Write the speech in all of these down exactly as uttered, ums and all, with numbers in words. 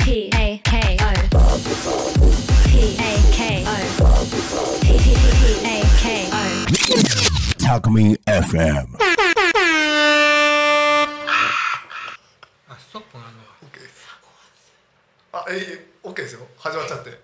P A K O P A K O P A K O タクミ エフエム。 あ、ストップなの。 OK です。あ、えい、OK ですよ。始まっちゃって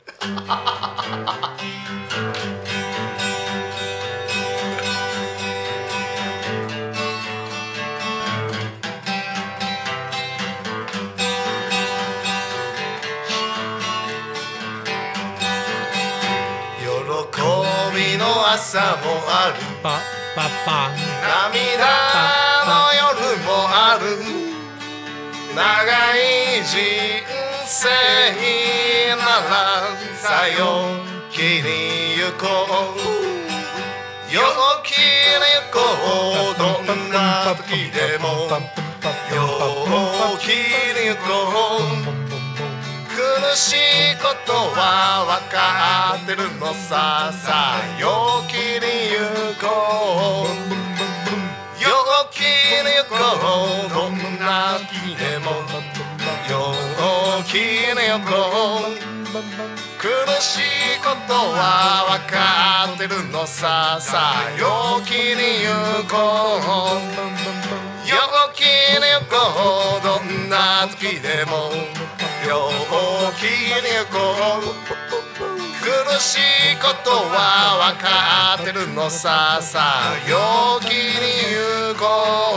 喜びの朝もある、 パパパン涙の夜もある、長い人生ならさよ切りゆこう、よきりゆこう、どんな時でもよきりゆこう、苦しいことは分かってるのさ、さよきりゆこう、よきりゆこう、どんな時でもよきりゆこう、苦しいことは分かってるのさ、さよきりゆこう、よきりゆこう、どんな時でもよきりゆこう、苦しいことは分かってるのさ、さよきりゆこ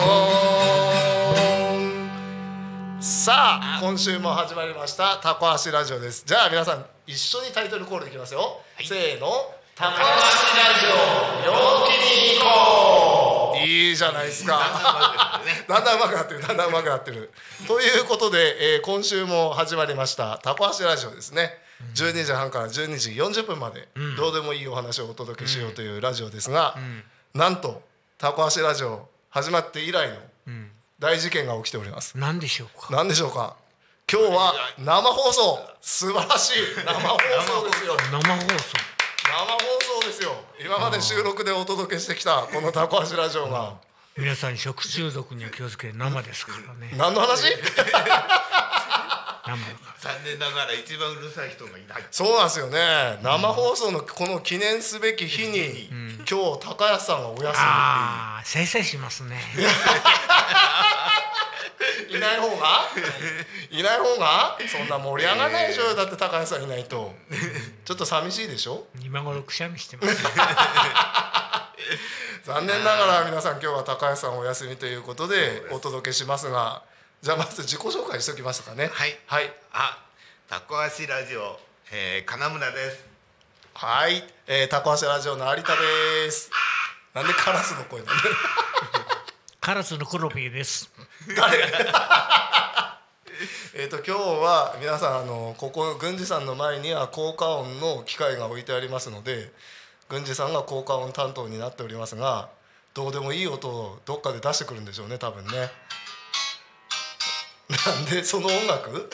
う。さあ今週も始まりましたタコ足ラジオです。じゃあ皆さん一緒にタイトルコールいきますよ、はい、せーの、タコ足ラジオ陽気に行こう。いいじゃないですかだんだん上手くなってる、だんだん上手くなってるということで、えー、今週も始まりましたタコ足ラジオですね。じゅうにじはんからじゅうにじよんじゅっぷんまで、うん、どうでもいいお話をお届けしようというラジオですが、うん、なんとタコ足ラジオ始まって以来の大事件が起きております。 何でしょうか。 何でしょうか。今日は生放送、素晴らしい生放送ですよ。 生放送生放送ですよ。今まで収録でお届けしてきたこのタコ足ラジオが、 皆さん食中毒には気をつけ、生ですからね。 何の話残念ながら一番うるさい人がいない。 そうなんですよね。生放送のこの記念すべき日に、うん、今日高安さんがお休み。 ああ、せいせいしますねいない方がいない方がそんな盛り上がらないでしょ。だって高安さんいないとちょっと寂しいでしょ。 今頃くしゃみしてます残念ながら皆さん今日は高安さんお休みということでお届けしますが、じゃあまず自己紹介しておきましたかね。 はい、はい、あ、タコ足ラジオ、えー、金村です。 はい、えー、タコ足ラジオの有田です。なんでカラスの声なんでカラスのクロピーです。 誰えっと今日は皆さん、あのここ郡司さんの前には効果音の機械が置いてありますので、郡司さんが効果音担当になっておりますが、どうでもいい音をどっかで出してくるんでしょうね、多分ね。なんでその音楽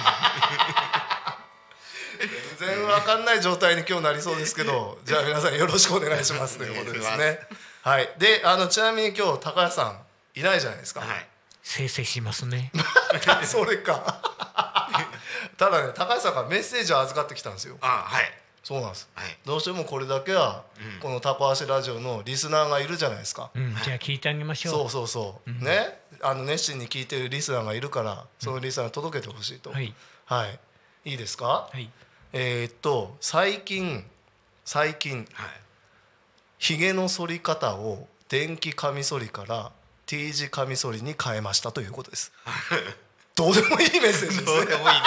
全然わかんない状態に今日なりそうですけど、じゃあ皆さんよろしくお願いしますということですね。はい。で、あのちなみに今日高橋さんいないじゃないですか。はい。 せいせいしますねそれかただね、高橋さんからメッセージを預かってきたんですよ。 あ、はい。 そうなんです、はい、どうしてもこれだけは、うん、このタコ足ラジオのリスナーがいるじゃないですか、 うん、じゃあ聞いてあげましょう。 そうそうそう、うん、ね、あの熱心に聞いてるリスナーがいるから、そのリスナーに届けてほしいと、うん、はい、はい、いいですか、はい、えー、っと最近最近、はい、ひげの剃り方を電気カミソリから T 字カミソリに変えましたということですどうでもいいメッセージですね。 どうでもいいね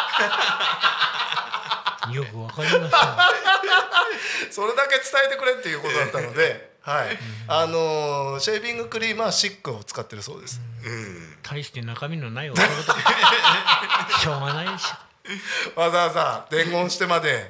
よくわかりましたそれだけ伝えてくれっていうことだったのではい、あのー、シェービングクリームはシックを使ってるそうです。 うん、大して中身のない男としょうがないしわざわざ伝言してまで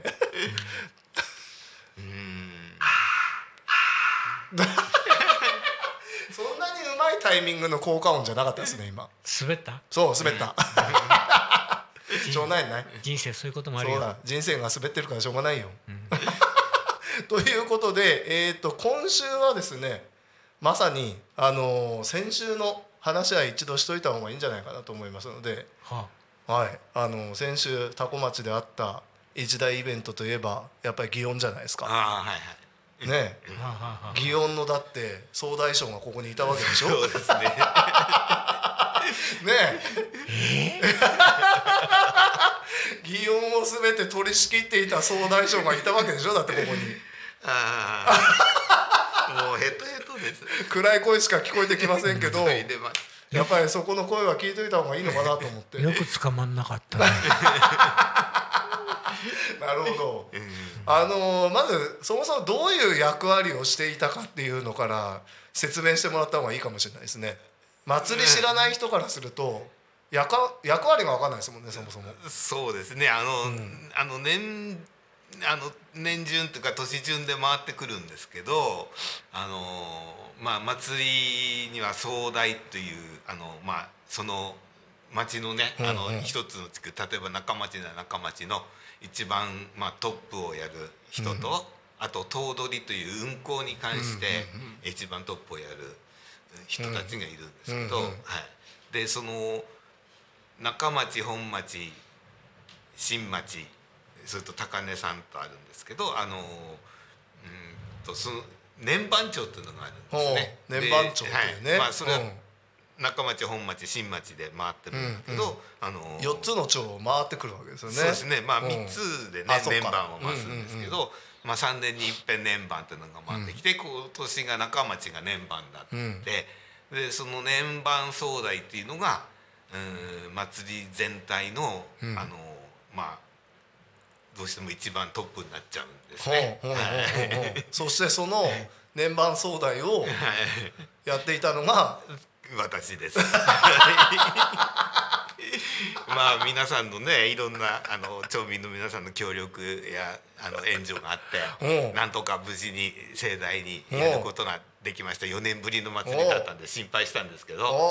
そんなにうまいタイミングの効果音じゃなかったですね今。 滑った。 そう滑ったしょうがないね。 人生そういうこともあるよ。 そうだ、人生が滑ってるからしょうがないよ、うんということで、えー、と今週はですね、まさに、あのー、先週の話は一度しといた方がいいんじゃないかなと思いますので、はあ、 はい、あの先週多古町であった一大イベントといえばやっぱり祇園じゃないですか。 あはいはいね、 ははは祇園のだって総大将がここにいたわけでしょ。 そうですねねえ祇園をすべて取り仕切っていた総大将がいたわけでしょ。だってここにああもうヘトヘトです暗い声しか聞こえてきませんけど入れますやっぱりそこの声は聞いといた方がいいのかなと思ってよく捕まんなかったねなるほど、うん、あのまずそもそもどういう役割をしていたかっていうのから説明してもらった方がいいかもしれないですね。祭り知らない人からすると役, 役割が分かんないですもんね。そもそもそうですね。あの、 うん、 あの年あの年順というか年順で回ってくるんですけど、あのまあ祭りには総代というあのまあその町のね、あの一つの地区、例えば中町なら中町の一番まあトップをやる人と、うん、あと頭取という運行に関して一番トップをやる人たちがいるんですけど、はい。でその中町、本町、新町、それと高根さんとあるんですけど、あのうんとその年番長というのがあるんですね。 年番長というね。 はい、まあそれは中町、本町、新町で回ってるんですけど、うんうん、あのよっつの町を回ってくるわけですよね。 そうですね。まあみっつでね、うん、年番を回すんですけど、うんうんうん、まあさんねんに一遍年番というのが回ってきて、うん、今年が中町が年番だって、うん、でその年番総代っていうのがうん祭り全体の、うん、あのまあどうしても一番トップになっちゃうんですね。 そしてその年番総代をやっていたのが私です。まあ皆さんのねいろんなあの町民の皆さんの協力やあの援助があってなんとか無事に盛大にやることができました。よねんぶりの祭りだったんで心配したんですけど、はい、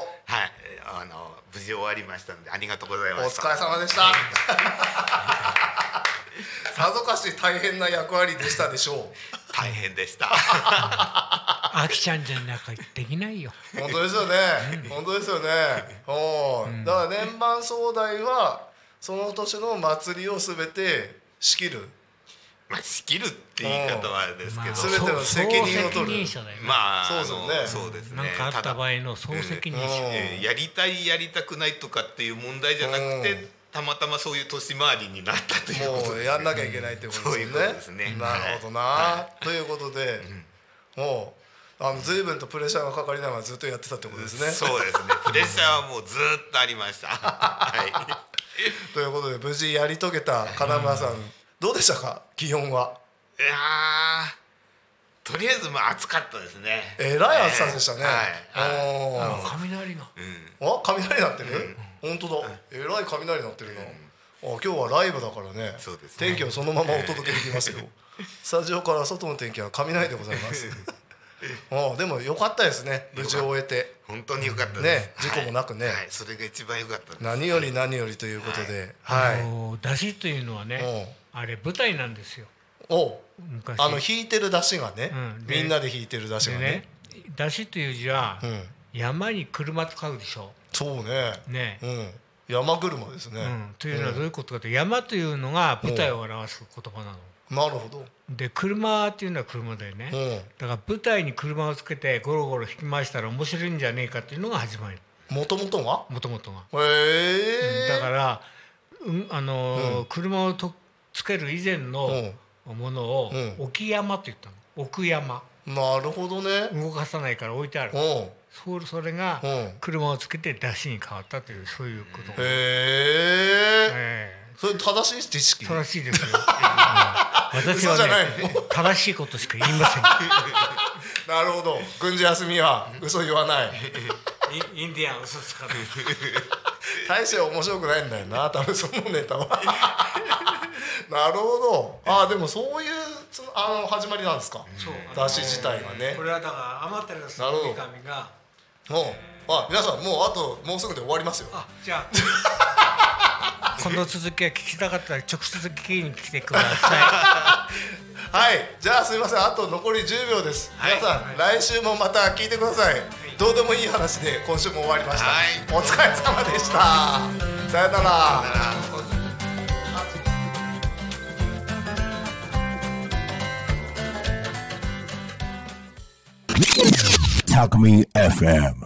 あの無事終わりましたのでありがとうございました。 お疲れ様でした。さぞかし大変な役割でしたでしょう。 大変でした。 あきちゃんじゃなきゃできないよ。 本当ですよね。本当ですよね。お、うん、だから年番総代はその年の祭りをすべて仕切る。 まあ仕切るって言い方はあれですけど、 すべての責任を取る。 まあそうですね。そうですね。 なんかあった場合の総責任者。 えー、やりたいやりたくないとかっていう問題じゃなくて。たまたまそういう年回りになったということですね。 もうやんなきゃいけないってことですね。 そういうことですね。 なるほどな、はい、ということで、うん、もうあの随分とプレッシャーがかかりながらずっとやってたってことですね。 そうですね。プレッシャーはもうずっとありました。はい。 ということで無事やり遂げた金村さん、うん、どうでしたか祇園は。 いやーとりあえずまあ暑かったですね。 えらい暑さでしたね。 えー、はい。あ雷が。 うん、あ雷鳴ってる。うん本当だ、えらい雷鳴ってるな、うん、あ今日はライブだからね。 そうですね。 天気をそのままお届けできますよ。スタジオから外の天気は雷でございます。あでも良かったですね。無事終えて本当に良かったですね。事故もなくね、 はいはい、それが一番良かったです。 何より何よりということで、はい、 はい、あの出汁というのはねあれ舞台なんですよ。 お昔あの弾いてる出汁がね、うん、みんなで弾いてる出汁がね。ね出汁という字は、うん、山に車と書くでしょ。 そうね。 ね、 うん、山車ですね、 うん。というのはどういうことかというと、山というのが舞台を表す言葉なの。 なるほど。 で車っていうのは車だよね、うん、だから舞台に車をつけてゴロゴロ引き回したら面白いんじゃねえかっていうのが始まり。 もともとがもともとがへえ、 うん、だから、うん、あのーうん、車をとつける以前のものを置き山と言ったの。置く山。 なるほどね。 動かさないから置いてある。そ, それが車をつけて出汁に変わったというそういうこと。 へえ。それ正しい知識。 正しいですよ。私はね正しいことしか言いません。 なるほど。軍事休みは嘘言わない。 インディアン嘘つかない。 大して面白くないんだよな多分そのネタは。なるほど。あでもそういうあの始まりなんですか。 そう出汁自体がね。 これはだから天照の神が。 もうあ皆さんもうあともうすぐで終わりますよ。 あじゃあこの続きが聞きたかったら直接聞きに来てください。 はいじゃあすいませんあと残りじゅうびょうです、はい、皆さん、はい、来週もまた聞いてください、はい、どうでもいい話で今週も終わりました、はい、お疲れ様でした。 さよなら。 Talk Me エフエム